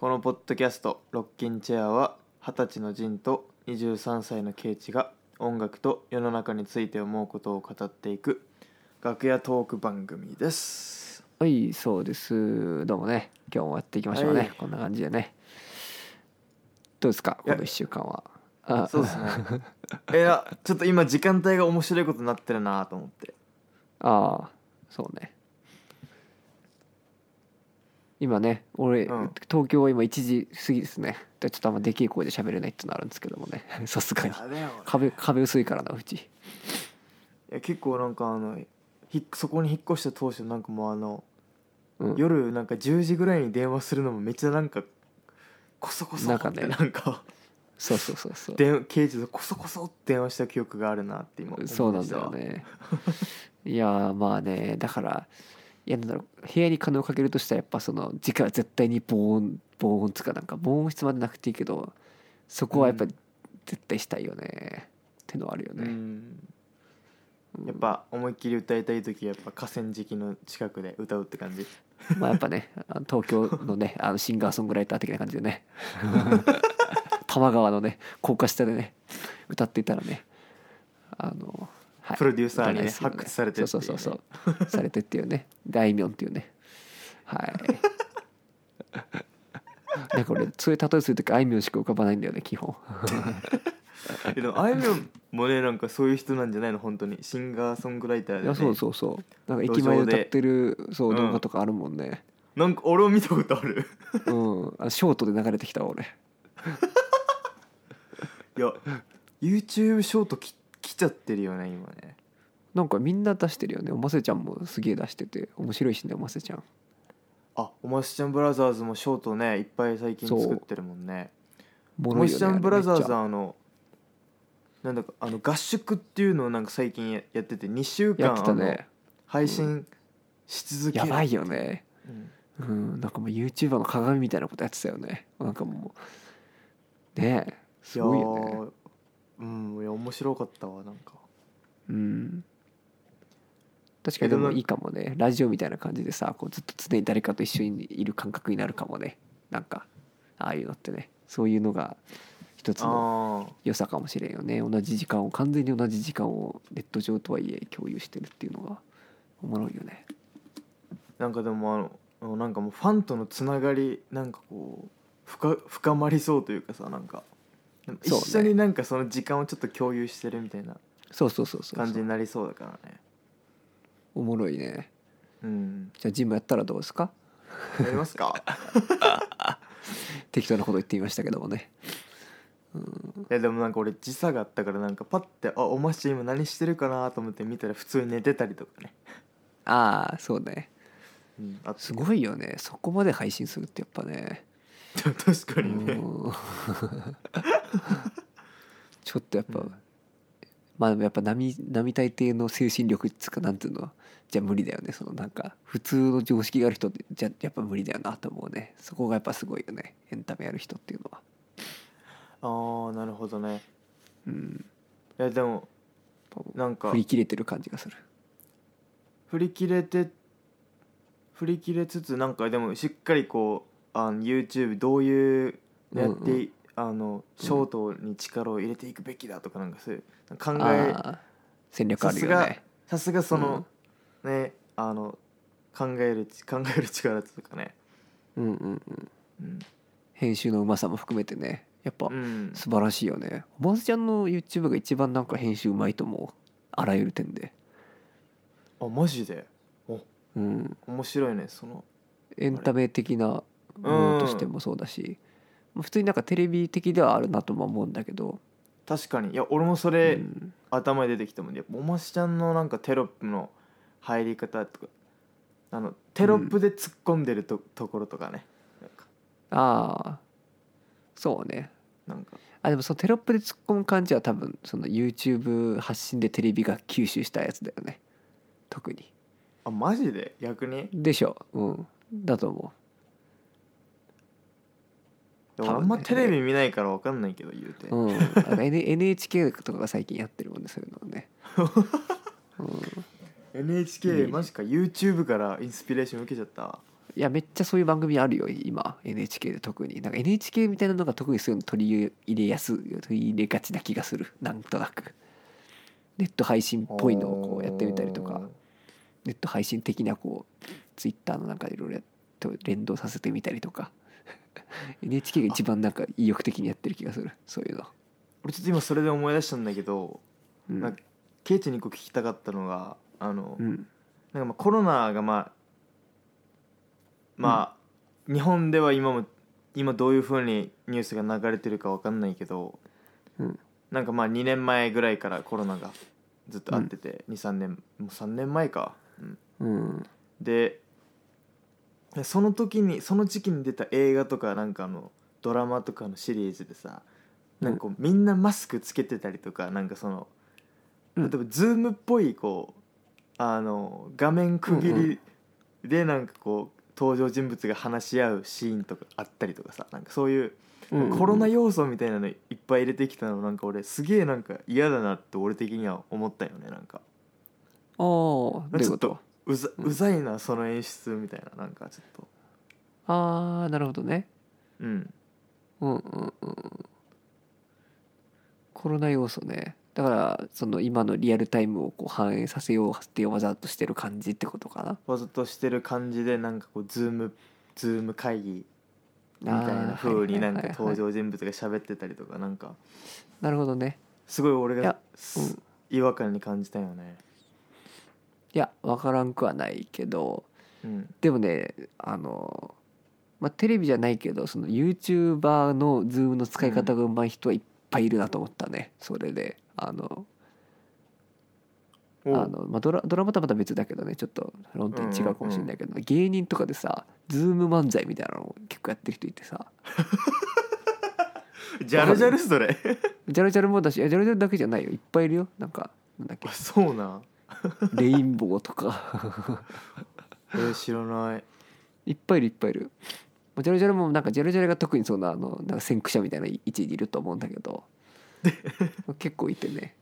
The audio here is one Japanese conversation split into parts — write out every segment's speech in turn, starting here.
このポッドキャストロッキンチェアは20歳のジンと23歳のケイチが音楽と世の中について思うことを語っていく楽屋トーク番組です。 はい、そうです。どうもね、今日もやっていきましょうね、 はい、 こんな感じでね。どうですか、この1週間は。 そうですねいやちょっと今時間帯が面白いことになってるなと思って。 ああ、そうね。今ね、俺、東京は今1時過ぎですね。ちょっとあんまできる声で喋れないってのあるんですけどもねさすがに壁薄いからなうち。いや結構なんかそこに引っ越した当初なんかもう夜なんか10時ぐらいに電話するのもめっちゃなんかコソコソなんかね、 なんかそう刑事とコソコソって電話した記憶があるなって今思いました。 そうなんだよねいやまあね、だからいやなんだろう、部屋に金をかけるとしたらやっぱその時間は絶対に防音つかなんか防音室までなくていいけど、そこはやっぱり絶対したいよねってのはあるよね。 やっぱ思いっきり歌いたい時はやっぱ河川敷の近くで歌うって感じ。 まあやっぱね、東京のねシンガーソングライター的な感じでね多摩川のね高架下でね歌っていたらね、はい、 プロデューサーにね発掘されてっていうね、 そうされてっていうね、あいみょんっていうね、はいなんか俺そういう例えするときあいみょんしか浮かばないんだよね基本でもあいみょんもねなんかそういう人なんじゃないの、本当にシンガーソングライターで、ね、 いやそうなんか駅前で歌ってるそう動画とかあるもんね、 なんか俺も見たことあるショートで流れてきた俺いや YouTube ショート来ちゃってるよね今ね。 なんかみんな出してるよね。おませちゃんもすげえ出してて面白いしね、おませちゃん。 おませちゃんブラザーズもショートねいっぱい最近作ってるもんね。おまおもろいよね、 せちゃんブラザーズなんだか合宿っていうのをなんか最近やってて2週間やってたね、 配信し続ける、 やばいよね。なんかもう YouTuber の鏡みたいなことやってたよね。なんかもうねえすごいよね。 いや面白かったわなんか。 確かにでもいいかもね。ラジオみたいな感じでさ、こうずっと常に誰かと一緒にいる感覚になるかもね。なんかああいうのってね、そういうのが一つの良さかもしれんよね。完全に同じ時間をネット上とはいえ共有してるっていうのがおもろいよね。 なんかでもなんかもうファンとのつながりなんかこう深まりそうというかさ、なんか一緒になんかその時間をちょっと共有してるみたいな感じになりそうだからね。 おもろいね。じゃあジムやったらどうですか？ やりますか適当なこと言ってみましたけどもね。 いやでもなんか俺時差があったからなんかパッておまっちゃん今何してるかなと思って見たら普通に寝てたりとかね。 ああそうね、すごいよね、そこまで配信するってやっぱね確かにねちょっとやっぱ、まあでもやっぱ並大抵の精神力っつうかなんていうのじゃ無理だよね。そのなんか普通の常識がある人じゃやっぱ無理だよなと思うね。そこがやっぱすごいよね、エンタメやる人っていうのは。 なるほどね。いやでもなんか振り切れてる感じがする。 振り切れつつなんかでもしっかりこうYouTube どういうやって、ショートに力を入れていくべきだとかなんかそういう戦略あるよね。 さすがその、ね考える力とかね。 編集のうまさも含めてね、やっぱ素晴らしいよね。おばあちゃんの YouTube が一番なんか編集うまいと思う、あらゆる点で。 マジで面白いね。そのエンタメ的なものとしてもそうだし、普通になんかテレビ的ではあるなとも思うんだけど。 確かに。いや俺もそれ、頭に出てきたもんで、おましちゃんのなんかテロップの入り方とかテロップで突っ込んでるところとかね、 そうね。 なんかでもそのテロップで突っ込む感じは多分その YouTube 発信でテレビが吸収したやつだよね、特に。 マジで逆にでしょ。だと思う。あんまテレビ見ないから分かんないけど言うて、 NHK とかが最近やってるもんね、そういうのね NHK マジか YouTube からインスピレーション受けちゃった。 いやめっちゃそういう番組あるよ今 NHK で。特になんか NHK みたいなのが特にそういうの取り入れがちな気がする。なんとなくネット配信っぽいのをこうやってみたりとか、ネット配信的なこうツイッターの中でいろいろと連動させてみたりとかNHK が一番なんか意欲的にやってる気がするそういうの。 俺ちょっと今それで思い出したんだけど、 うんなんかケイチに一個聞きたかったのがうんなんかまあコロナが日本では今どういう風にニュースが流れてるか分かんないけど、 うんなんかまあ2年前ぐらいからコロナがずっとあってて、23年もう3年前か、 うんでその時にその時期に出た映画とかなんかドラマとかのシリーズでさ、なんかこうみんなマスクつけてたりとか、なんかその例えばズームっぽいこう画面区切りでなんかこう登場人物が話し合うシーンとかあったりとかさ、なんかそういうコロナ要素みたいなのいっぱい入れてきたの、なんか俺すげえなんか嫌だなって俺的には思ったよね。なんかどういうこと？ うざいなその演出みたいな、なんかちょっとなるほどね。 うんコロナ要素ね。だからその今のリアルタイムをこう反映させようってわざとしてる感じってことかな。 わざとしてる感じでなんかこうズーム会議みたいな風になんか登場人物が喋ってたりとか、なんかなるほどね。 すごい俺が違和感に感じたよね。 いや分からんくはないけど、でもねテレビじゃないけどその YouTuber の Zoom の使い方が上手い人はいっぱいいるなと思ったね。それでドラマとはまた別だけどね、ちょっと論点違うかもしれないけど、芸人とかでさ Zoom 漫才みたいなのを結構やってる人いてさジャルジャルそれジャルジャルもだし、ジャルジャルだけじゃないよ、いっぱいいるよ。なんかなんだっけ、 そうなレインボーとか知らない。 いっぱいいるいっぱいいる。ジャルジャルもなんかジャルジャルが特にそうななんか先駆者みたいな位置にいると思うんだけど結構いてね。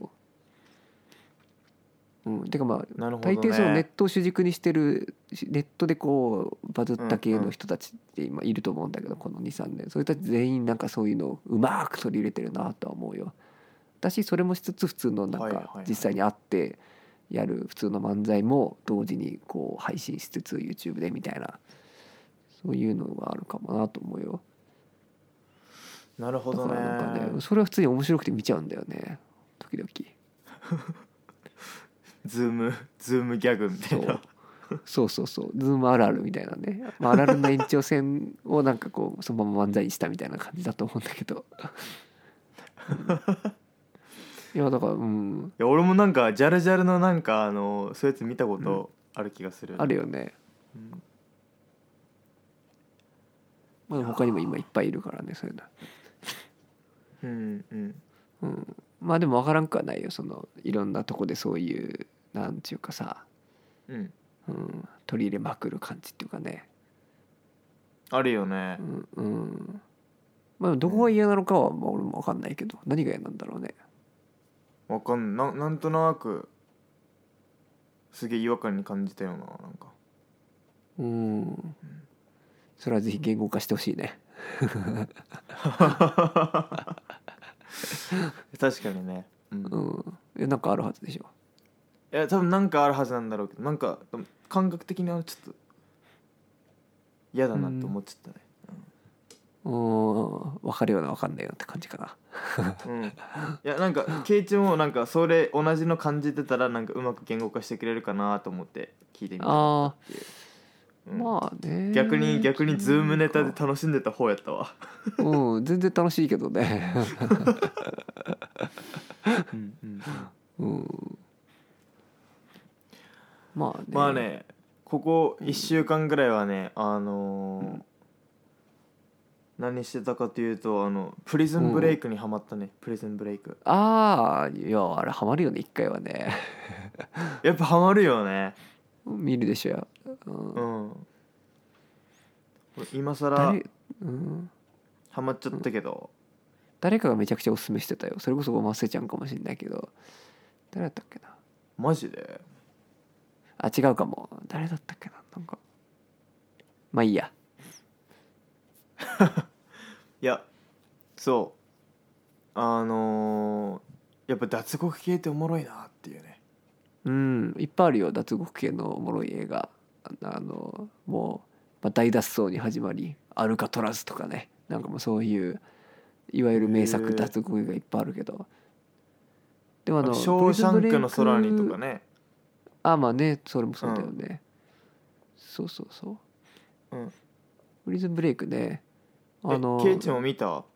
てか大抵そのネットを主軸にしてるネットでこうバズった系の人たちって今いると思うんだけど、この 2,3 年そういう人たち全員なんかそういうのをうまく取り入れてるなとは思うよ。私それもしつつ普通のなんか実際に会ってやる普通の漫才も同時にこう配信しつつ YouTube でみたいな、そういうのがあるかもなと思うよ。 なるほどね。 だからなんかね、それは普通に面白くて見ちゃうんだよね時々 ズームギャグみたいなそうズームあるあるみたいなね、あるあるの延長線をなんかこうそのまま漫才にしたみたいな感じだと思うんだけどいやだからいや俺もなんかジャルジャルのなんかそういうやつ見たことある気がする、 あるよね。他にも今いっぱいいるからねそういうの。でも分からんくはないよ。そのいろんなとこでそういうなんていうかさ、取り入れまくる感じっていうかね、 あるよね。 どこが嫌なのかは俺も分かんないけど、何が嫌なんだろうね。 なんとなくすげえ違和感に感じたよな、なんかそれはぜひ言語化してほしいね確かにね。 なんかあるはずでしょ。 いや多分なんかあるはずなんだろうけど、なんか感覚的にはちょっと嫌だなって思っちゃったね。 分かるような分かんないよって感じかないやなんかケイチもなんかそれ同じの感じてたらなんかうまく言語化してくれるかなと思って聞いてみたっていう。逆にズームネタで楽しんでた方やったわ全然楽しいけどねまあねここ1週間ぐらいはね何してたかというとプリズンブレイクにハマったね。プリズンブレイク。 いやあれハマるよね一回はねやっぱハマるよね。 見るでしょ。 今更ハマっちゃったけど、 誰かがめちゃくちゃおすすめしてたよ。それこそマセちゃんかもしれないけど、誰だったっけな。 マジで？ 違うかも。誰だったっけな。なんかまあいいや。 いやそうやっぱ脱獄系っておもろいなっていうね。 いっぱいあるよ脱獄系のおもろい映画。もう、まあ、大脱走に始まりアルカトラズとかね、なんかもうそういういわゆる名作脱獄映画いっぱいあるけど、でもショーシャンクの空にとかね。 まあね、それもそうだよね、そうそうそう、プリズンブレイクね、 ケイチも見た？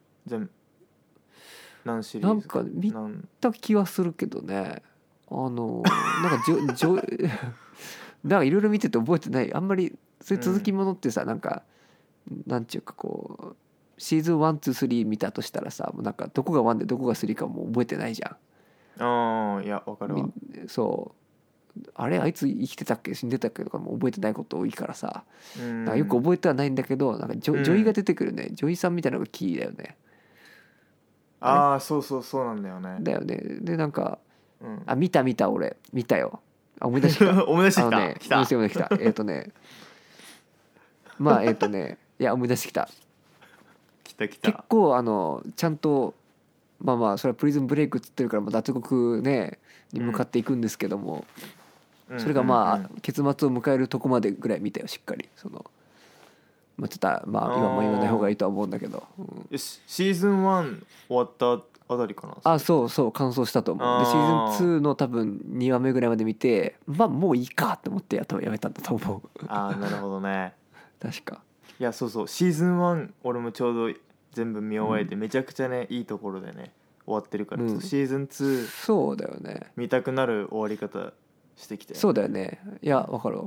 何シリーズなんか見た気はするけどね、なんかなんかいろいろ見てて覚えてない。あんまりそういう続きものってさ、なんかなんちゅうかこうシーズン1,2,3見たとしたらさ、もうなんかどこが1でどこが3かもう覚えてないじゃん。 いやわかるわ。 そうあれあいつ生きてたっけ死んでたっけとかも覚えてないこと多いからさ、 なんかよく覚えてはないんだけど、なんか女医が出てくるね、女医さんみたいなのがキーだよね。 そうそうそうなんだよね。 だよね。でなんか、見た俺見たよ。思い出してきた思い出してきた、 来た思い出してきたまあいや思い出してきた。結構ちゃんとまあそれはプリズンブレイクっつってるから脱獄ねに向かっていくんですけども、それがまあ結末を迎えるとこまでぐらい見たよしっかり。まあちょっと今言わない方がいいとは思うんだけど、 シーズン1終わったあたりかな。 そう完走したと思う。でシーズン2の多分2話目ぐらいまで見て、まあもういいかって思ってやめたんだと思う。 なるほどね。 確か。 いやそうシーズン1俺もちょうど全部見終えて、めちゃくちゃねいいところでね終わってるから、シーズン2 そうだよね、 見たくなる終わり方してきて、 そうだよね。いやわかる、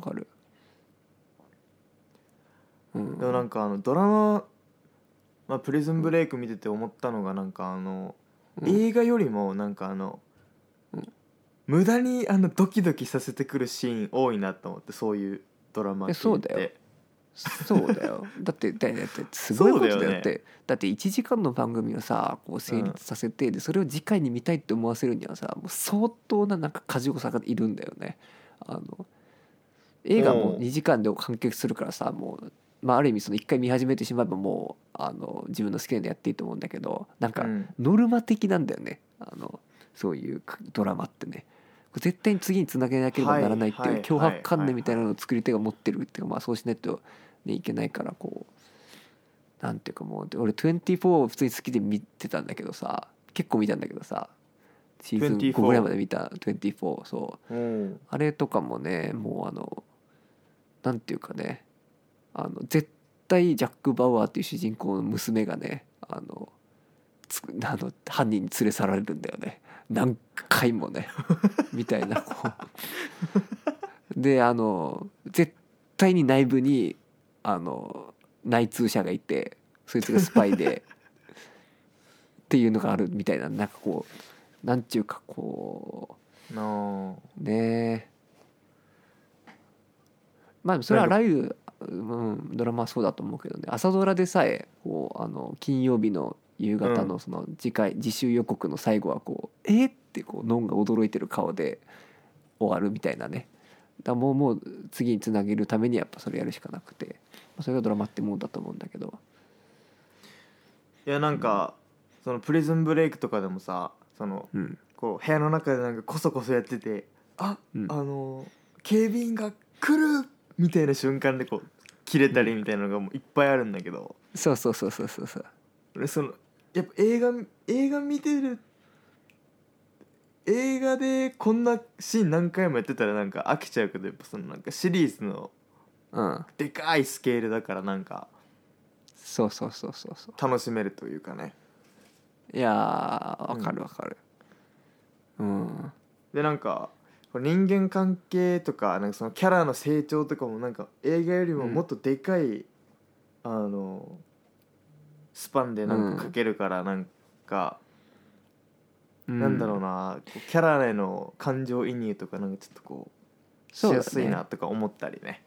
でもなんかドラマ、プリズンブレイク見てて思ったのがなんか映画よりもなんか無駄にドキドキさせてくるシーン多いなと思って、そういうドラマってそうだよだってすごいことだよ。だって1時間の番組をさこう成立させて、でそれを次回に見たいって思わせるにはさ、もう相当ななんか過剰さがいるんだよね。映画も2時間で完結するからさ、もうまあある意味1回見始めてしまえばもう自分の好きなのやっていいと思うんだけど、なんかノルマ的なんだよね。そういうドラマってね、絶対に次につなげなければならないっていう脅迫観念みたいなのを作り手が持ってるっていうか、まあそうしないとねいけないから、こうなんていうか、もう俺24普通に好きで見てたんだけどさ、結構見たんだけどさ、シーズン5ぐらいまで見た24。そうあれとかもね、もうなんていうかね、絶対ジャック・バウアーっていう主人公の娘がね犯人に連れ去られるんだよね、何回もねみたいなこうで絶対に内部に内通者がいて、そいつがスパイでっていうのがあるみたいな、なんかこうなんちゅうかこうねえ、まあそれはライブドラマはそうだと思うけどね、朝ドラでさえこう金曜日の夕方のその次週予告の最後はこうってこうノンが驚いてる顔で終わるみたいなね。だもう次につなげるためにやっぱそれやるしかなくて、それがドラマってもんだと思うんだけど。 いやなんかそのプリズンブレイクとかでもさ、こう部屋の中でなんかコソコソやってて、警備員が来るみたいな瞬間でこう切れたりみたいなのがもういっぱいあるんだけど、 そう俺やっぱ映画見てる、映画でこんなシーン何回もやってたらなんか飽きちゃうけど、やっぱなんかシリーズのでかいスケールだからなんかそう楽しめるというかね。 いやわかるでなんか人間関係とかなんかそのキャラの成長とかもなんか映画よりももっとでかい、スパンでなんか描けるからなんか、なんだろうな、キャラへの感情移入とかなんかちょっとこうしやすいなとか思ったりね。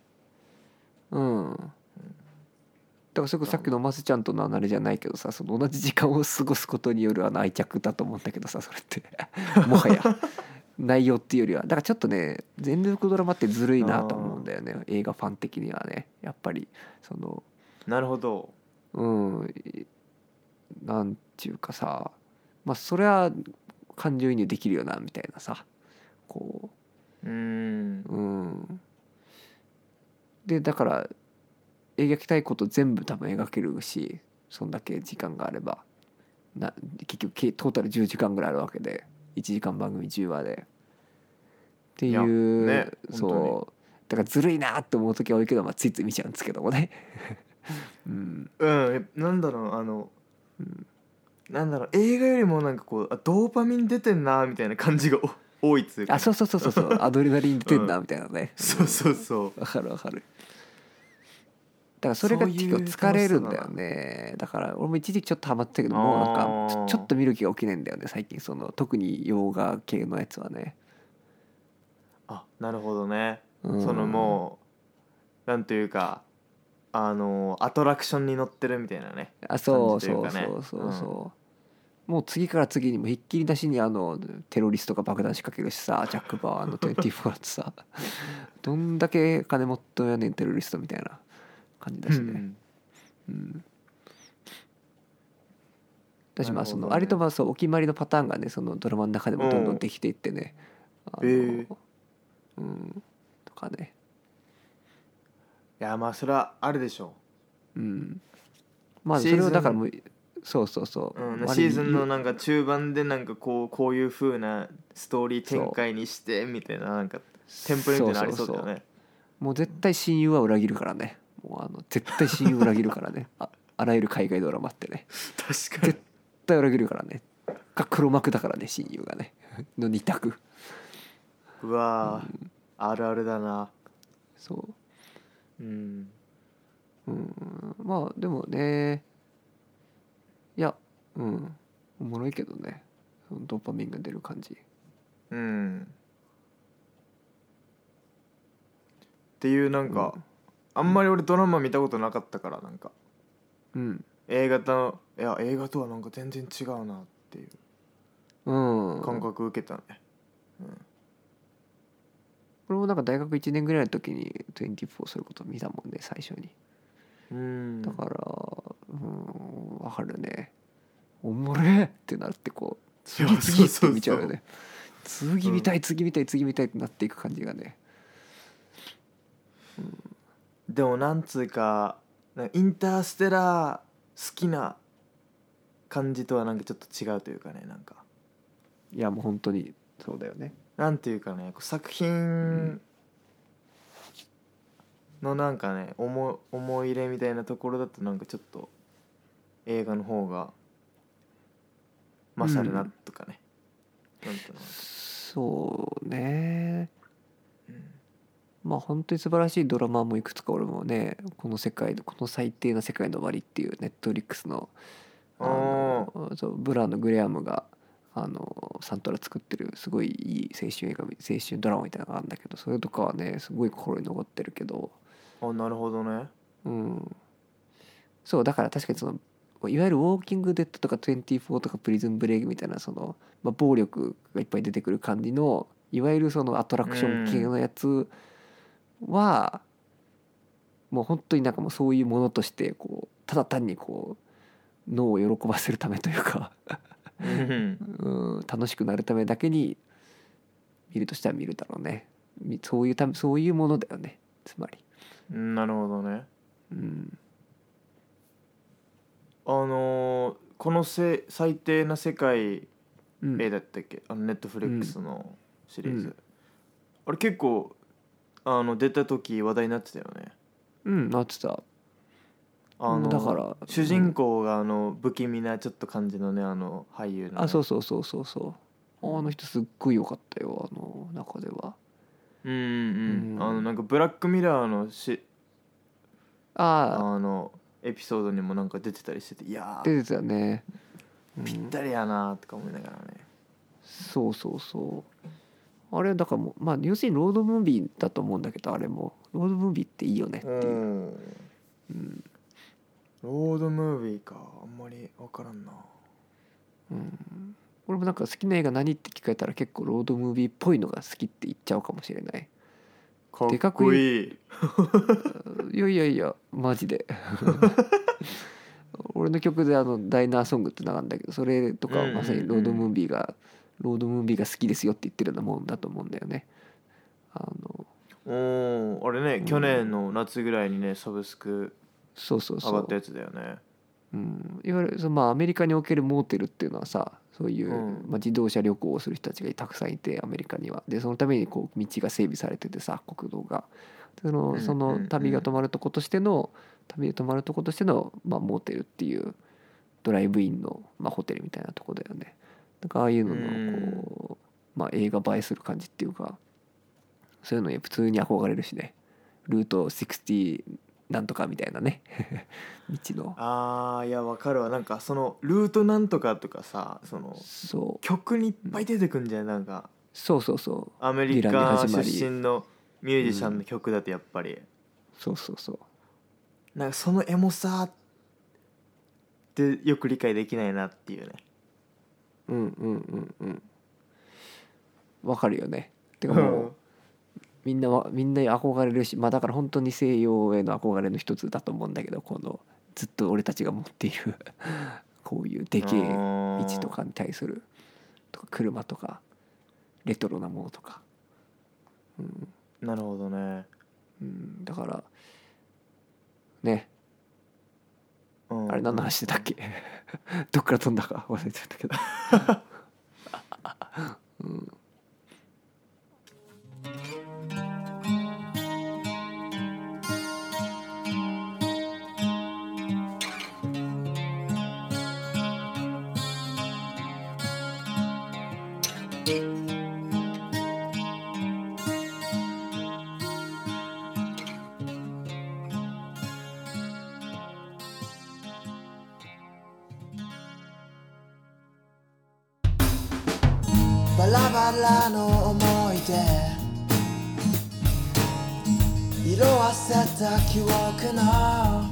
だからそれこそさっきのマスちゃんとのあれじゃないけどさ、その同じ時間を過ごすことによる愛着だと思うんだけどさ、それってもはや内容っていうよりは、だからちょっとね全力ドラマってずるいなと思うんだよね、映画ファン的にはね。やっぱりそのなるほど。 なんていうかさ、まあそれは感情移入できるよなみたいなさ、こうでだから描きたいこと全部多分描けるし、そんだけ時間があれば結局トータル10時間ぐらいあるわけで、1時間番組10話でっていいやう、 ねそうだからずるいなって思う時は多いけど、まあ、ついつい見ちゃうんですけどもねなんだろうなんだろう、映画よりもなんかこうドーパミン出てんなみたいな感じが多いっつうか、 あ、そうアドレナリン出てんなみたいなね、 そうそうそう、 わかるだからそれが結構疲れるんだよね。だから俺も一時期ちょっとハマってたけど、もうなんかちょっと見る気が起きないんだよね最近、その特に洋画系のやつはね。 なるほどね。そのもうなんというかアトラクションに乗ってるみたいなねそう感じというかね。 もう次から次にもひっきりなしにテロリストが爆弾仕掛けるしさ、ジャック・バーの24ってさどんだけ金持っとんやねんテロリストみたいな感じだしね。だしまあその割とまあそうお決まりのパターンがね、そのドラマの中でもどんどんできていってね、とかね。 いやまあそれはあるでしょまあそれをだからもうシーズンのなんか中盤でなんかこういう風なストーリー展開にしてみたいな、なんかテンプレみたいなのありそうだよね。 もう絶対親友は裏切るからね、もう絶対親友裏切るからねあらゆる海外ドラマってね確かに絶対裏切るからね。黒幕だからね、親友がねの二択。 うわあるあるだな。 まあでもね、いやおもろいけどね、ドーパミンが出る感じ。 っていうなんか、あんまり俺ドラマ見たことなかったから、なんか映画とはなんか全然違うなっていう感覚受けたね。 俺もなんか大学1年ぐらいの時に24そういうこと見たもんね最初に。だから分かるね、おもれってなってこう次って見ちゃうよね。次見たいってなっていく感じがね。 でもなんつうかインターステラー好きな感じとはなんかちょっと違うというかね、なんかいやもう本当にそうだよね。 なんていうかね、作品のなんかね思い入れみたいなところだとなんかちょっと映画の方が勝るなとかね、なんていうのかな。 そうね、まあ本当に素晴らしいドラマもいくつか俺もね、この最低な世界の終わりっていうネットフリックスのブラーのグレアムがサントラ作ってるすごいいい青春ドラマみたいなのがあるんだけど、それとかはねすごい心に残ってるけど。 なるほどね。 そうだから確かにそのいわゆるウォーキングデッドとか24とかプリズンブレイクみたいな暴力がいっぱい出てくる感じのいわゆるそのアトラクション系のやつはもう本当になんかもうそういうものとしてこうただ単にこう脳を喜ばせるためというか楽しくなるためだけに見るとしたら見るだろうね。そういうものだよね、つまり。 なるほどね。この最低な世界だったっけ、ネットフリックスのシリーズ、あれ結構出た時話題になってたよね。 なってた。だから主人公が不気味なちょっと感じのね俳優の、ね、 そうあの人すっごい良かったよ、中では。 なんかブラックミラーのエピソードにもなんか出てたりしてて、いや出てたよね、 ぴったりやなとか思いながらね。 あれだからもうまあ要するにロードムービーだと思うんだけど、あれもロードムービーっていいよねっていう、 ロードムービーか、あんまり分からんな。 俺もなんか好きな映画何って聞かれたら結構ロードムービーっぽいのが好きって言っちゃうかもしれない。 かっこいい。 いやいやいやマジで俺の曲でダイナーソングってのがあるんだけど、それとかはまさにロードムービーが好きですよって言ってるようなもんだと思うんだよね。 あれね、去年の夏ぐらいにねサブスク上がったやつだよね。 いわゆるアメリカにおけるモーテルっていうのはさ、そういう、自動車旅行をする人たちがたくさんいて、アメリカにはでそのために道が整備されててさ、国道がその旅が泊まるとことしてのモーテルっていうドライブインの、ホテルみたいなとこだよね。なんかああいうのの映画映えする感じっていうか、そういうのに普通に憧れるしね。ルート60なんとかみたいなね道の。 いやわかるわ。なんかそのルートなんとかとかさ、曲にいっぱい出てくんじゃん。なんかアメリカ出身のミュージシャンの曲だとやっぱり、なんかそのエモさってよく理解できないなっていうね。 わかるよね。てかもうみんな憧れるし、だから本当に西洋への憧れの一つだと思うんだけど、このずっと俺たちが持っているこういうでけえ道とかに対するとか、車とかレトロなものとか、 なるほどね。 だからね、あれ何の話だっけどっから飛んだか忘れちゃったけどバラバラの思い出、色あせた記憶の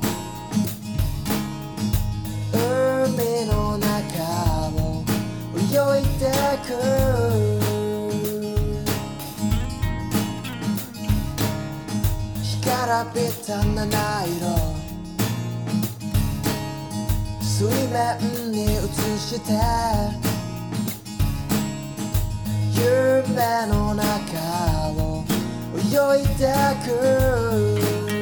海の中を泳いでく、干からびた七色水面に映して夢の中を泳いでく、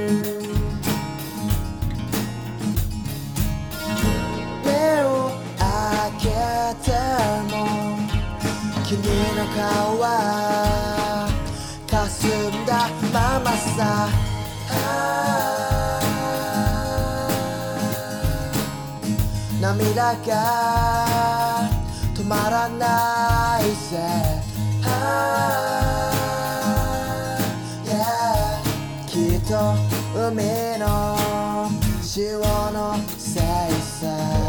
目を開けても君の顔は霞んだままさ、涙が止まらないぜ、きっと海の潮のせいさ、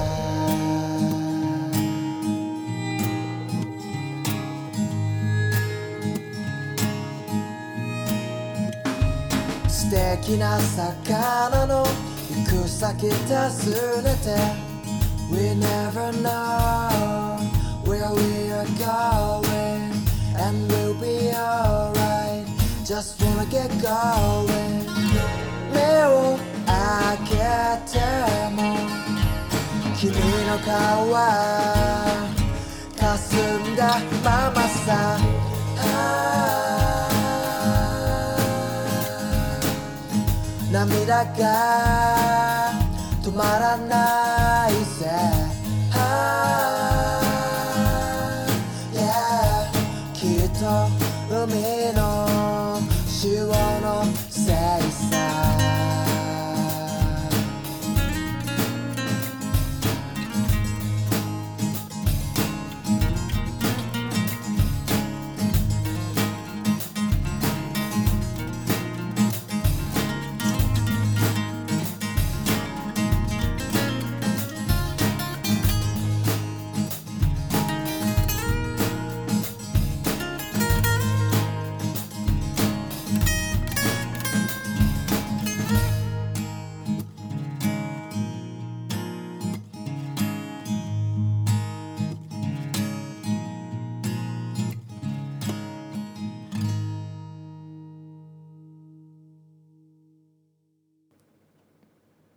素敵な魚の行く先尋ねて、We never know where we are going, and we'll be alright, just wanna get going. 目を開けても君の顔は霞んだままさ、涙が止まらないぜ、きっと海の潮のせいさ。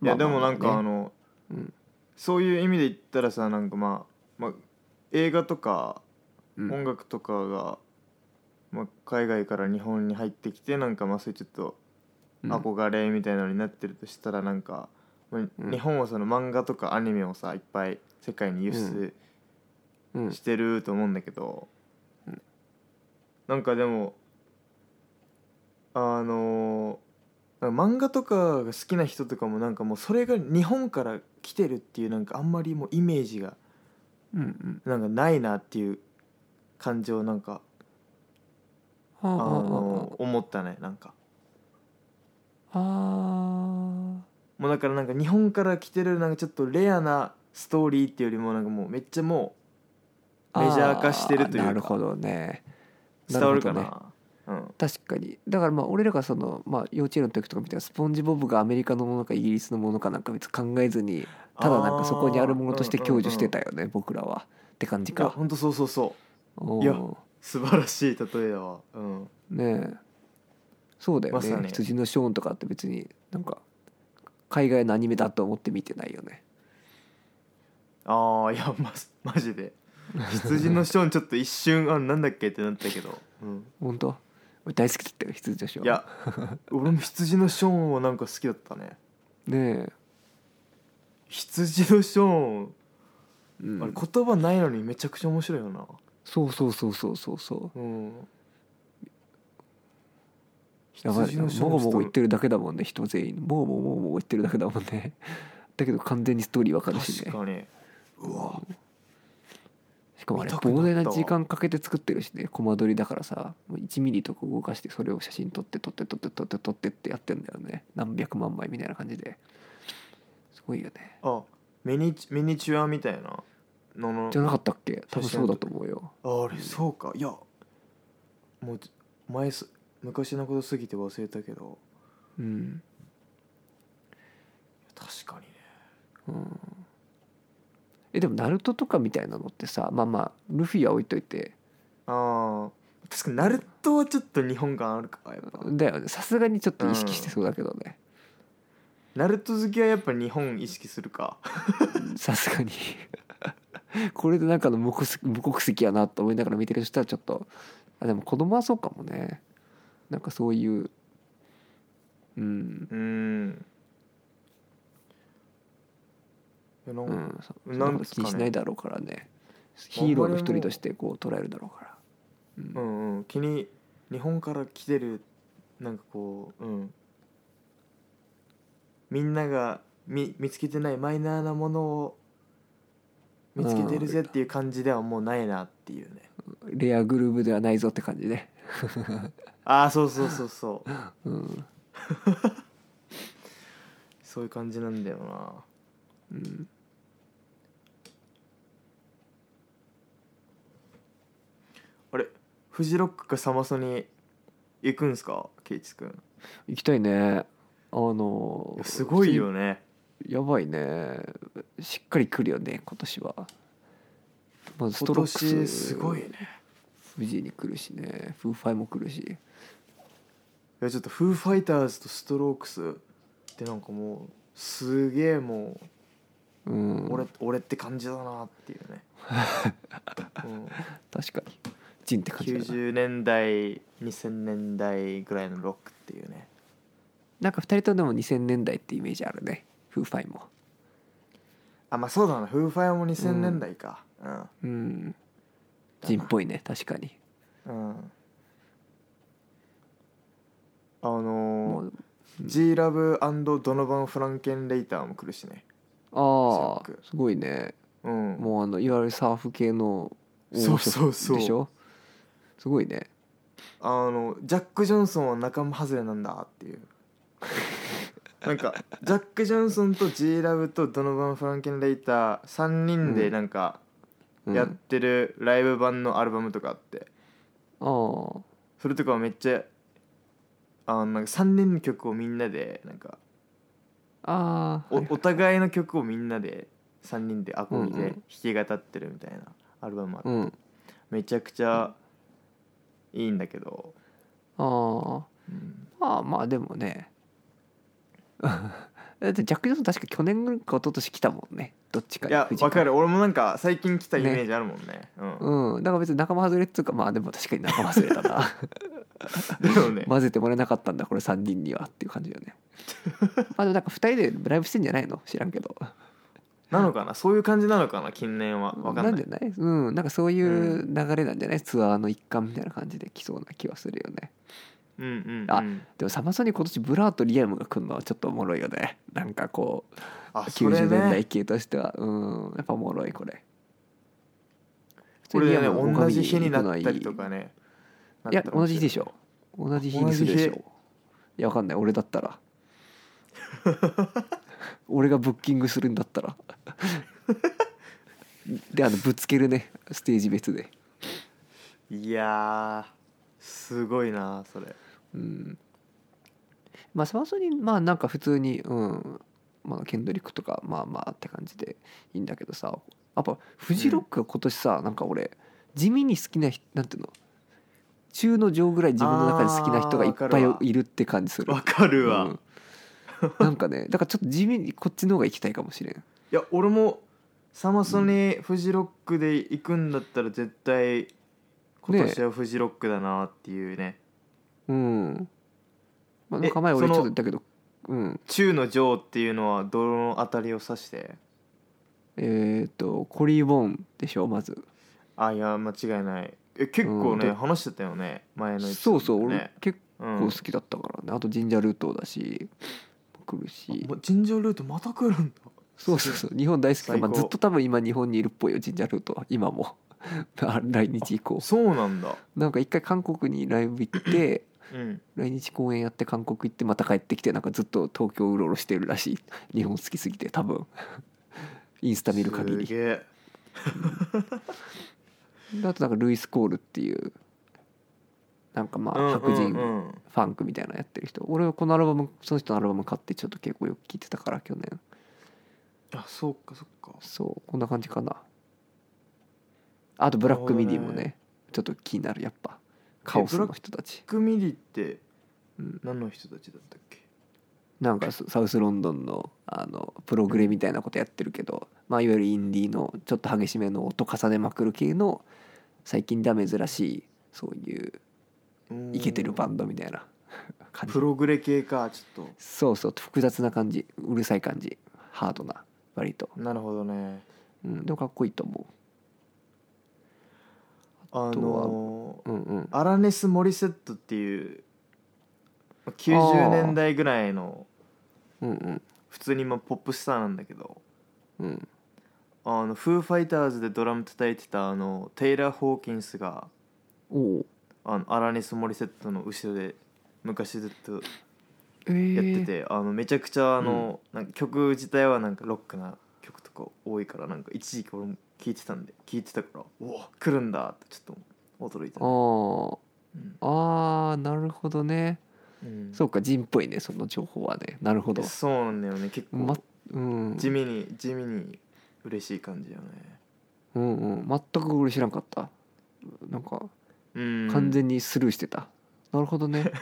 いやでもなんまあまあまあねかうんそういう意味で言ったらさなんかまあ映画とかうん音楽とかが、まあ、海外から日本に入ってきてなんかまあそういうちょっとうん憧れみたいなのになってるとしたらなんか、まあうん日本はその漫画とかアニメをさいっぱい世界に輸出うんしてると思うんだけど、 うんなんかでもなんか漫画とかが好きな人とかもなんかもうそれが日本から来てるっていうなんかあんまりもうイメージがうんうんなんかないなっていう感じをなんかはあはあは思ったねなんかあはあもうだからなんか日本から来てるなんかちょっとレアなストーリーっていうよりもなんかもうめっちゃもうメジャー化してるというかなるほどね。 伝わるかなるほどねうん確かにだからまあ俺らがその、まあ、幼稚園の時とかみたいなスポンジボブがアメリカのものかイギリスのものかなんか別に考えずにただなんかそこにあるものとして享受してたよね、僕らはって感じいやか。 ほんとそうそうそうおーいや素晴らしい例えだわうんねえそうだよね、 まさに羊のショーンとかって別になんか海外のアニメだと思って見てないよね。 ああいやマジで羊のショーンちょっと一瞬なんだっけってなったけど、うん、 本当俺大好きだったよ羊のショーン。 いや俺も羊のショーンはなんか好きだったねね羊のショーン、 え、うん、 あれ言葉ないのにめちゃくちゃ面白いよなそうそうそうそうそうそううんやばい羊のショーンもごもご言ってるだけだもんね人全員もごもごもご言ってるだけだもんねだけど完全にストーリーわかるしね。 確かにうわしかもあれ見たくなったわ膨大な時間かけて作ってるしねコマ撮りだからさもう1ミリとか動かしてそれを写真撮ってってやってんだよね何百万枚みたいな感じですごいよね。 あミニチュアみたいなののじゃなかったっけ多分そうだと思うよ。 あれそうかいやもう昔のことすぎて忘れたけどうん確かにねうんでもナルトとかみたいなのってさまあまあルフィは置いといてああ確かにナルトはちょっと日本感あるかやっぱだよねさすがにちょっと意識してそうだけどねナルト好きはやっぱ日本意識するかさすがにこれでなんかの無国籍やなと思いながら見てる人はちょっとでも子供はそうかもねなんかそういういやなそんななんこと気にしないだろうからねヒーローの一人としてこう捉えるだろうからうんうん日本から来てるなんかこうみんなが見つけてないマイナーなものを見つけてるぜっていう感じではもうないなっていうねレアグルーブではないぞって感じねああそうそうそうそううんそういう感じなんだよなうんあれフジロックかサマソニ行くんすかケイチくん行きたいねすごいよねやばいねしっかり来るよね今年はまずスト今ロックス年すごいね富士に来るしねフーファイも来るしいやちょっとフーファイターズとストロークスってなんかもうすげえもう、俺って感じだなっていうね、 確かにジンって感じだな 90年代2000年代ぐらいのロックっていうねなんか2人とでも2000年代ってイメージあるねフーファイもあまあそうだなフーファイも2000年代かジンっぽいね確かにもう G ラブ&ドノバン・フランケンレイターも来るしねああすごいねももういわゆるサーフ系のそうそうそうでしょすごいねジャック・ジョンソンは仲間外れなんだっていうなんかジャック・ジョンソンと G ラブとドノバン・フランケンレイター3人でなんかやってるライブ版のアルバムとかあってそれとかはめっちゃなんか3人の曲をみんなでなんかお互いの曲をみんなで3人でアコギで弾き語ってるみたいなアルバムあって、めちゃくちゃいいんだけどまあでもねだってジャック・ジョンソン確か去年か一昨年来たもんね、どっちかに。 いや富士かわかる、俺もなんか最近来たイメージあるもんね。 うん、だから別に仲間外れっつうか、まあでも確かに仲間外れだなでもね混ぜてもらえなかったんだこれ3人にはっていう感じだよねまあでもなんか2人でライブしてんじゃないの、知らんけど。 なのかな、そういう感じなのかな近年は。わかんない。 なんじゃない、うん、なんかそういう流れなんじゃない、ツアーの一環みたいな感じで来そうな気はするよね。 うんうんうん。 あでもサマソニ今年ブラーとリアムが来るのはちょっとおもろいよね。なんかこうそれ 90年代ね。 系としてはやっぱおもろいこれ。 これねリアム同じ日になったり他に行くのはいいとかね。 いや同じ日でしょ、同じ日にするでし同じょ。いやわかんない、俺だったら俺がブッキングするんだったらでぶつけるね、ステージ別で。 いやーすごいなそれ。 まあサマソニまあなんか普通にまあケンドリックとかまあまあって感じでいいんだけどさ、やっぱフジロックが今年さ、なんか俺地味に好きな人なんていうの、中の上ぐらい自分の中で好きな人がいっぱいいるって感じする。 わかるわ。 なんかねだからちょっと地味にこっちの方が行きたいかもしれん。 いや俺もサマソニフジロックで行くんだったら絶対今年はフジロックだなっていうね。 まあ、なんか前俺ちょっと言ったけど中の上っていうのはどのあたりを指して？ コリー・ボーンでしょまず。 いや間違いない。結構ね、話してたよね前のやつ、ね、 そう俺結構好きだったからね、あとジンジャールートだし来るし。 ジンジャールートまた来るんだ。 そう日本大好きだ、まあ、 最高ずっと多分今日本にいるっぽいよジンジャールートは今も来日以降そうなんだ。 なんか一回韓国にライブ行って来日公演やって韓国行ってまた帰ってきてなんかずっと東京うろうろしてるらしい、日本好きすぎて多分インスタ見る限り。 すげえ。 あとなんかルイス・コールっていうなんかまあ白人ファンクみたいなのやってる人、俺はこのアルバムその人のアルバム買ってちょっと結構よく聴いてたから去年。 そうかそうこんな感じかな。あとブラックミディもねちょっと気になる、やっぱカオスの人たち。 ブラックミディって何の人たちだったっけ？ なんかサウスロンドンのプログレみたいなことやってるけど、まあいわゆるインディーのちょっと激しめの音重ねまくる系の最近では珍しいそういうイケてるバンドみたいな感じ。 プログレ系か。ちょっとそう複雑な感じ、うるさい感じ、ハードな割と。 なるほどね。 でもかっこいいと思う。 アラネス・モリセットっていう90年代ぐらいの普通にポップスターなんだけど、フーファイターズでドラム叩いてたテイラー・ホーキンスがアラネス・モリセットの後ろで昔ずっとやってて、めちゃくちゃなんか曲自体はなんかロックな曲とか多いから、なんか一時期俺も聞いてたからおお来るんだってちょっと驚いた、ね。 なるほどね。そうかジンっぽいねその情報はね。なるほど。 そうなんだよね結構、地味に嬉しい感じよね。 全く俺知らんかった。なんか完全にスルーしてた。なるほどね。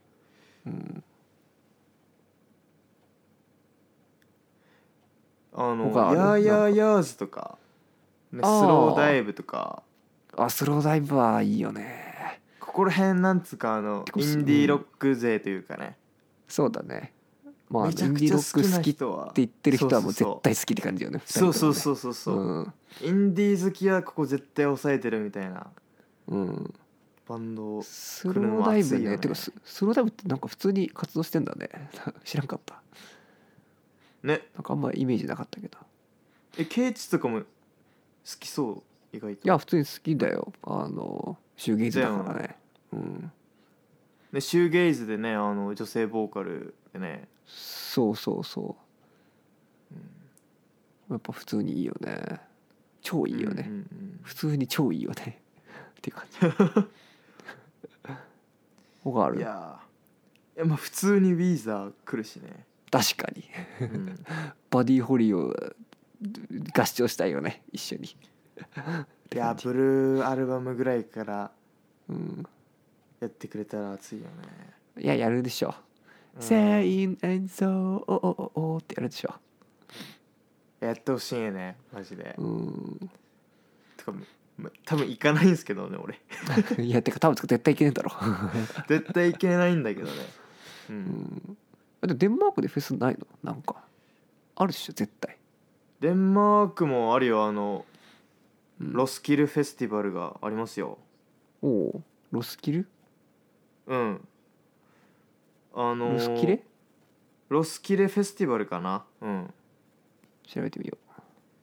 ヤーヤーヤーズとか、ね、スローダイブとか。 スローダイブはいいよね。 ここら辺なんつうかインディーロック勢というかね。 そうだね。まあインデめちゃくちゃィーロック好きって言ってる人はもう絶対好きって感じよね。 そう、インディー好きはここ絶対抑えてるみたいなバンド。 スローダイブね。てかスローダイブってなんか普通に活動してんだね。知らんかったね。 なんかあんまイメージなかったけど。 ケイチとかも好きそう。意外と。 いや普通に好きだよ。シューゲイズだからね。 でシューゲイズでね女性ボーカルでね。 そう、やっぱ普通にいいよね。超いいよね、普通に超いいよねっていう感じ。他ある？ いやまあ普通にウィーザー来るしね。 確かに、バディホリーを合唱したいよね一緒に。 いやブルーアルバムぐらいからやってくれたら熱いよね。 いややるでしょ。 Saying and so おおおおってやるでしょ。 やってほしいねマジで。 うんてか多分行かないんですけどね俺。 いやてか多分絶対いけねえだろ。 絶対行けないんだけどね。ううんんでデンマークでフェスないの？なんかあるっしょ絶対。 デンマークもあるようんロスキルフェスティバルがありますよ。 おおロスキル？ うんロスキレ？ ロスキレフェスティバルかな。うん調べてみよう。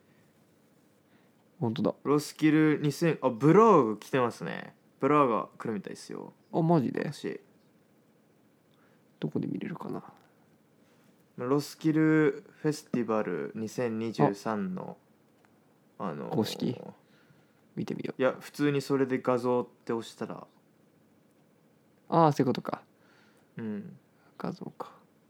本当だ。 ロスキル2000ブラーが来てますね。ブラーが来るみたいですよ。 あマジで？ 私どこで見れるかな。 ロスキルフェスティバル2023の公式見てみよう。 いや普通にそれで画像って押したらああそういうことか。 うん画像か。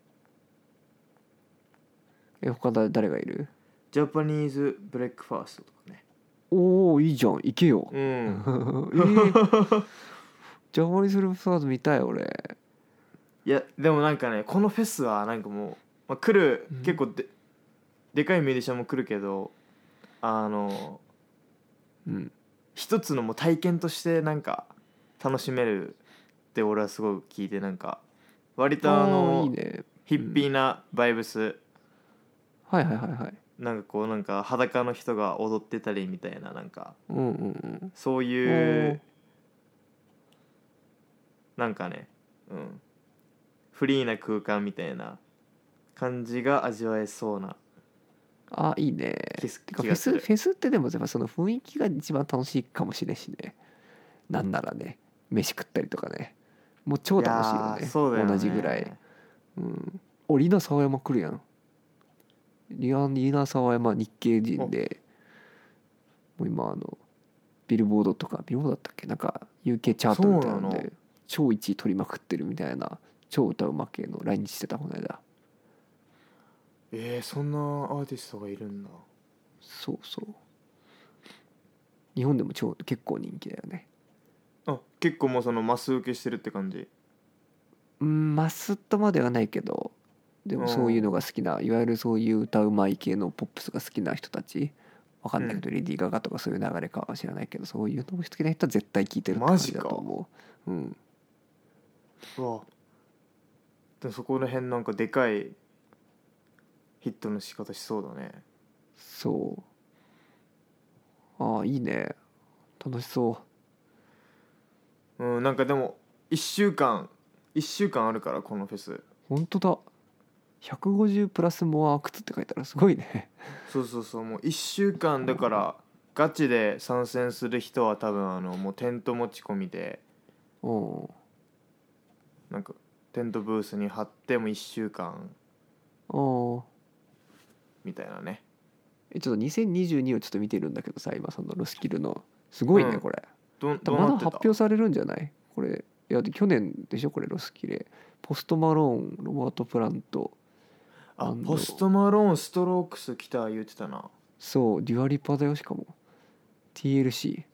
他誰がいる？ ジャパニーズブレックファーストとかね。 おおいいじゃん行けよ。 うんジャパニーズブレックファースト見たい俺。 いやでもなんかねこのフェスはなんかもう、来るうん結構でかいミュージシャンも来るけどうん一つのもう体験としてなんか楽しめるって俺はすごく聞いてなんか割といいね。 ヒッピーなバイブス、 はいはいはいはい。 なんかこうなんか裸の人が踊ってたりみたいななんかうんうんうん。 そういうなんかね、フリーな空間みたいな感じが味わえそうなあいいね。 気すてか気がする。 フェスってでもやっぱその雰囲気が一番楽しいかもしれんしね。なんならね飯食ったりとかねもう超楽しいよいやーね。 そうだよね同じぐらい。リナ沢山来るやん。リナ沢山日系人でもう今ビルボードとかビルボードだったっけなんか UK チャートみたいなのそうなので超1位取りまくってるみたいな超歌うま系の来日してたこの間。 そんなアーティストがいるんだ。 そうそう日本でも結構人気だよね。 結構もうそのマス受けしてるって感じ。 マスとまではないけどでもそういうのが好きないわゆるそういう歌うまい系のポップスが好きな人たちわかんないけど、レディー・ガガとかそういう流れかは知らないけどそういうの好きな人は絶対聴いてるって感じだと思う。 うわでもそこら辺なんかでかいヒットの仕方しそうだね。 そういいね楽しそう。 なんかでも1週間あるからこのフェス。 本当だ150プラスモアアクツって書いてあるすごいね。 そうもう1週間だからガチで参戦する人は多分もうテント持ち込みでなんかテントブースに貼っても1週間みたいなね。 ちょっと2022をちょっと見てるんだけどさ今そのロスキルのすごいねこれ。 どうまだなってた？ 発表されるんじゃないこれ。いや去年でしょこれロスキレポストマローンロバート・プラントポストマローンストロークス来た言ってたな。 そうデュアリパだよしかも TLC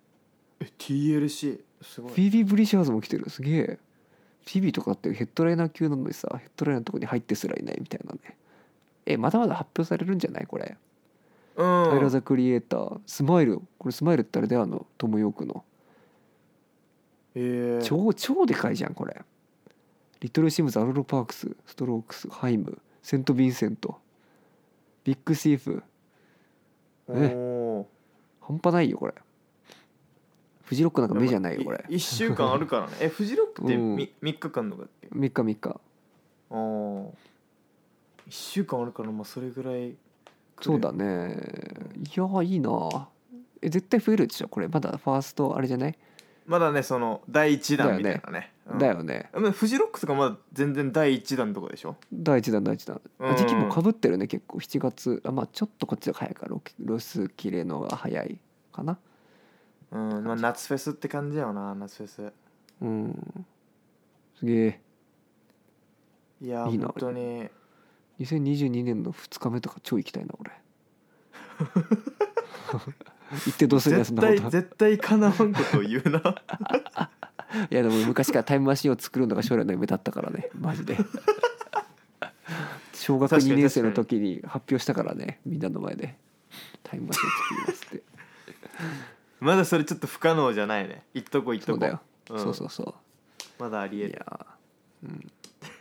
TLC すごい。 フィービー・ブリシャーズも来てるすげえ。フィービーとかってヘッドライナー級なのにさヘッドライナーのとこに入ってすらいないみたいなね。まだまだ発表されるんじゃないこれ。タイラー・ザ・クリエイタースマイルこれスマイルってあれだよトム・ヨークの超でかいじゃんこれ。リトル・シムズアルロ・パークスストロークスハイムセント・ヴィンセントビッグ・シーフ半端ないよこれ。フジロックなんか目じゃないよこれ。 1週間あるからね。フジロックって 3日間とかだっけ 3日 1週間あるからそれぐらい。 そうだねいやいいな。絶対増えるでしょこれまだファーストあれじゃないまだねその第1弾みたいなね。 だよね。 フジロックとかまだ全然第1弾とかでしょ。 第1弾時期もかぶってるね結構7月ちょっとこっちが早いからロスキレのが早いかな。 夏フェスって感じだよな夏フェス。 すげえいやいいな本当に 2022年の2日目とか超行きたいな俺。行ってどうするんだそんなこと絶対かなわんことを言うな。 いやでも昔からタイムマシンを作るのが将来の夢だったからねマジで。 小学2年生の時に発表したからね、みんなの前でタイムマシン作りますってまだそれちょっと不可能じゃないね。言っとこ言っとこ。 そうだよ、 うん、 そうそうそうまだありえる。 いやうん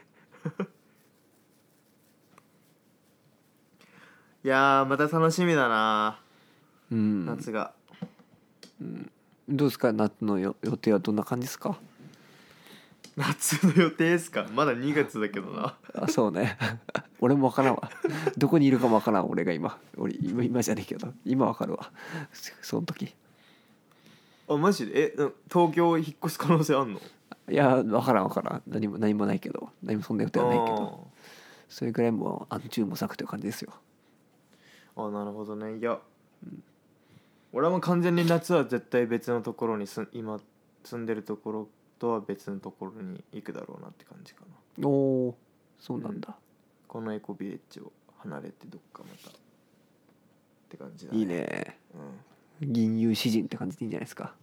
いやーまた楽しみだな、 うん夏が。 どうですか、夏の予定はどんな感じですか？ 夏の予定ですか？まだ2月だけどなあ、そうね俺も分からんわどこにいるかも分からん。俺今じゃねえけど今分かるわその時。 あマジで東京引っ越す可能性あんの？ いや分からん何もないけど、何もそんな予定はないけど、それぐらいもう暗中模索という感じですよ。 あなるほどね。いや、俺はもう完全に夏は絶対別のところに今住んでるところとは別のところに行くだろうなって感じかな。 おー、そうなんだ、 このエコビレッジを離れてどっかまたって感じだね。 いいね。 うん、 銀融詩人って感じでいいんじゃないですか。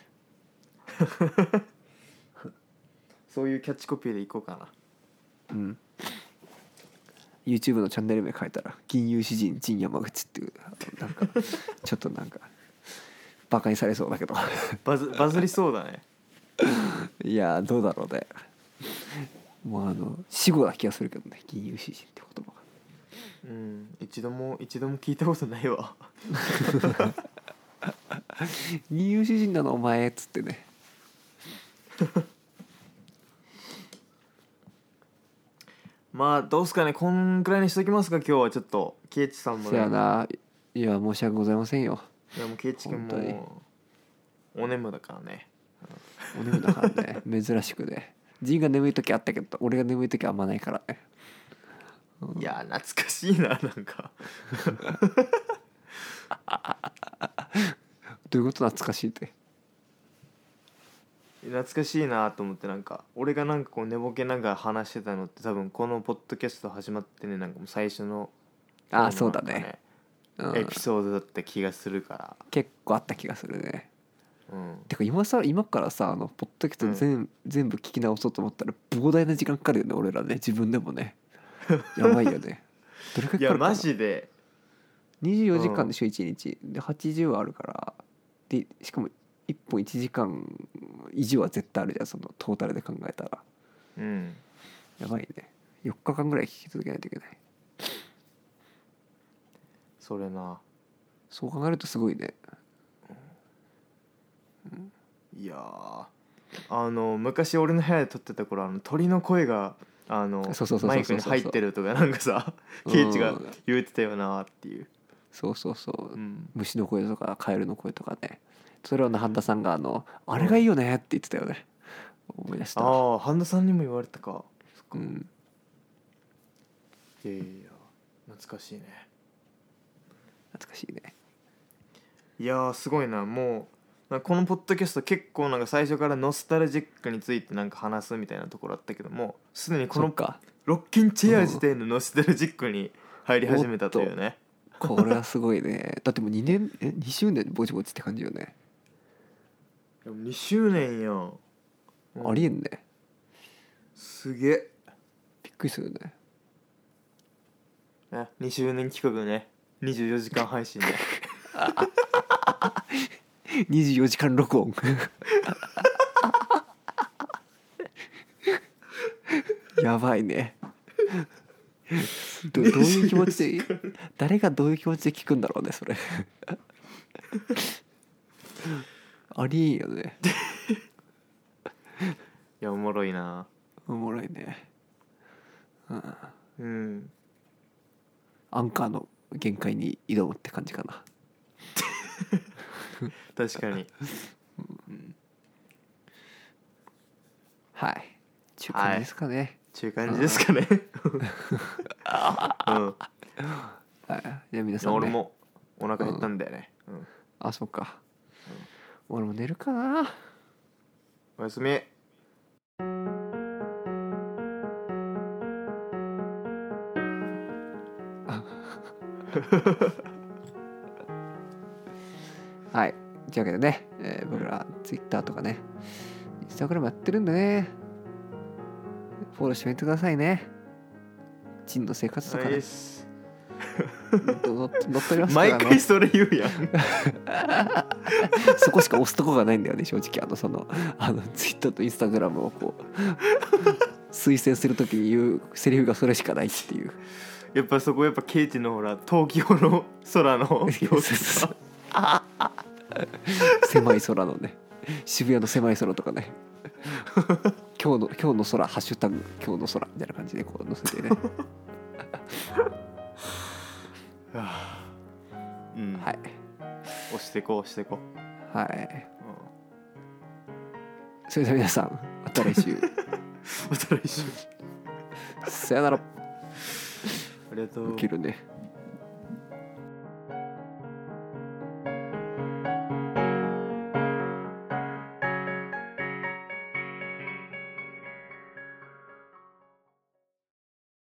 そういうキャッチコピーでいこうかな。 うん。YouTube のチャンネル名変えたら銀融詩人陣山口っていうなんかちょっとなんかバカにされそうだけどバズりそうだね。 いやどうだろうね。もう死語な気がするけどね、銀融詩人って言葉が。 うん一度も聞いたことないわ銀融詩人なのお前っつってねまあどうすかね、こんくらいにしときますか今日は。ちょっとケイチさんもせやな。いや申し訳ございませんよ。 いやもうケイチ君本当にもお眠だからね。 お眠だからね珍しくね。ジンが眠い時あったけど俺が眠い時あんまないからね。 いや懐かしいななんかどういうこと懐かしいって。 懐かしいなと思って、なんか俺がなんかこう寝ぼけながら話してたのって多分このポッドキャスト始まってね、なんかもう最初のあそうだね、うん、 エピソードだった気がするから結構あった気がするね。 うんてか今からさポッドキャスト全部聞き直そうと思ったら膨大な時間かかるよね俺らね。自分でもねやばいよね。どれくらいかかるかな。 いやマジで 24時間でしょ1日で80あるからで、しかも1本1時間以上は絶対あるじゃん、そのトータルで考えたら。 うんやばいね。4日間ぐらい聞き続けないといけない。 それな。 そう考えるとすごいね。 いや昔俺の部屋で撮ってた頃鳥の声がそうマイクに入ってるとかなんかさケイチが言ってたよなっていう。 そうそうそう、 うん、 虫の声とかカエルの声とかね。それを半田さんがあれがいいよねって言ってたよね。思い出した。 ああ半田さんにも言われたか。そっか、 うん、 いやいや懐かしいね。 懐かしいね。 いやすごいな。もうこのポッドキャスト結構なんか最初からノスタルジックについてなんか話すみたいなところあったけども、すでにこのロッキンチェア時点のノスタルジックに入り始めたというね。 これはすごいね。だってもう2周年ぼちぼちって感じよね。 でも2周年やん、うん、 ありえんね。 すげえびっくりするね。 2周年企画ね。24時間配信で 24時間録音やばいね。どういう気持ちで誰がどういう気持ちで聞くんだろうねそれありえんよね。 いやおもろいな。 おもろいね。 うん、 アンカーの限界に挑むって感じかな確かに、 うん、はい中感じですかね。 中感じですかねうん、 はい、じゃあ皆さんね。 俺もお腹減ったんだよね、うん、 あそっか、俺も寝るかな。 おやすみ。 はい、というわけでね、僕らツイッターとかねインスタグラムやってるんでね、フォローしてみてくださいね。 賃の生活とかねはいっす乗っ取りますか毎らね回それ言うやんそこしか押すとこがないんだよね正直そのツイッターとインスタグラムをこう推薦するときに言うセリフがそれしかないっていうやっぱそこやっぱケイチのほら東京の空の様子さ狭い空のね渋谷の狭い空とかね今日の空ハッシュタグ今日の空みたいな感じでこう載せてねうんはい押してこはい、それでは皆さんまた来週また来週さよならありがとう起きるね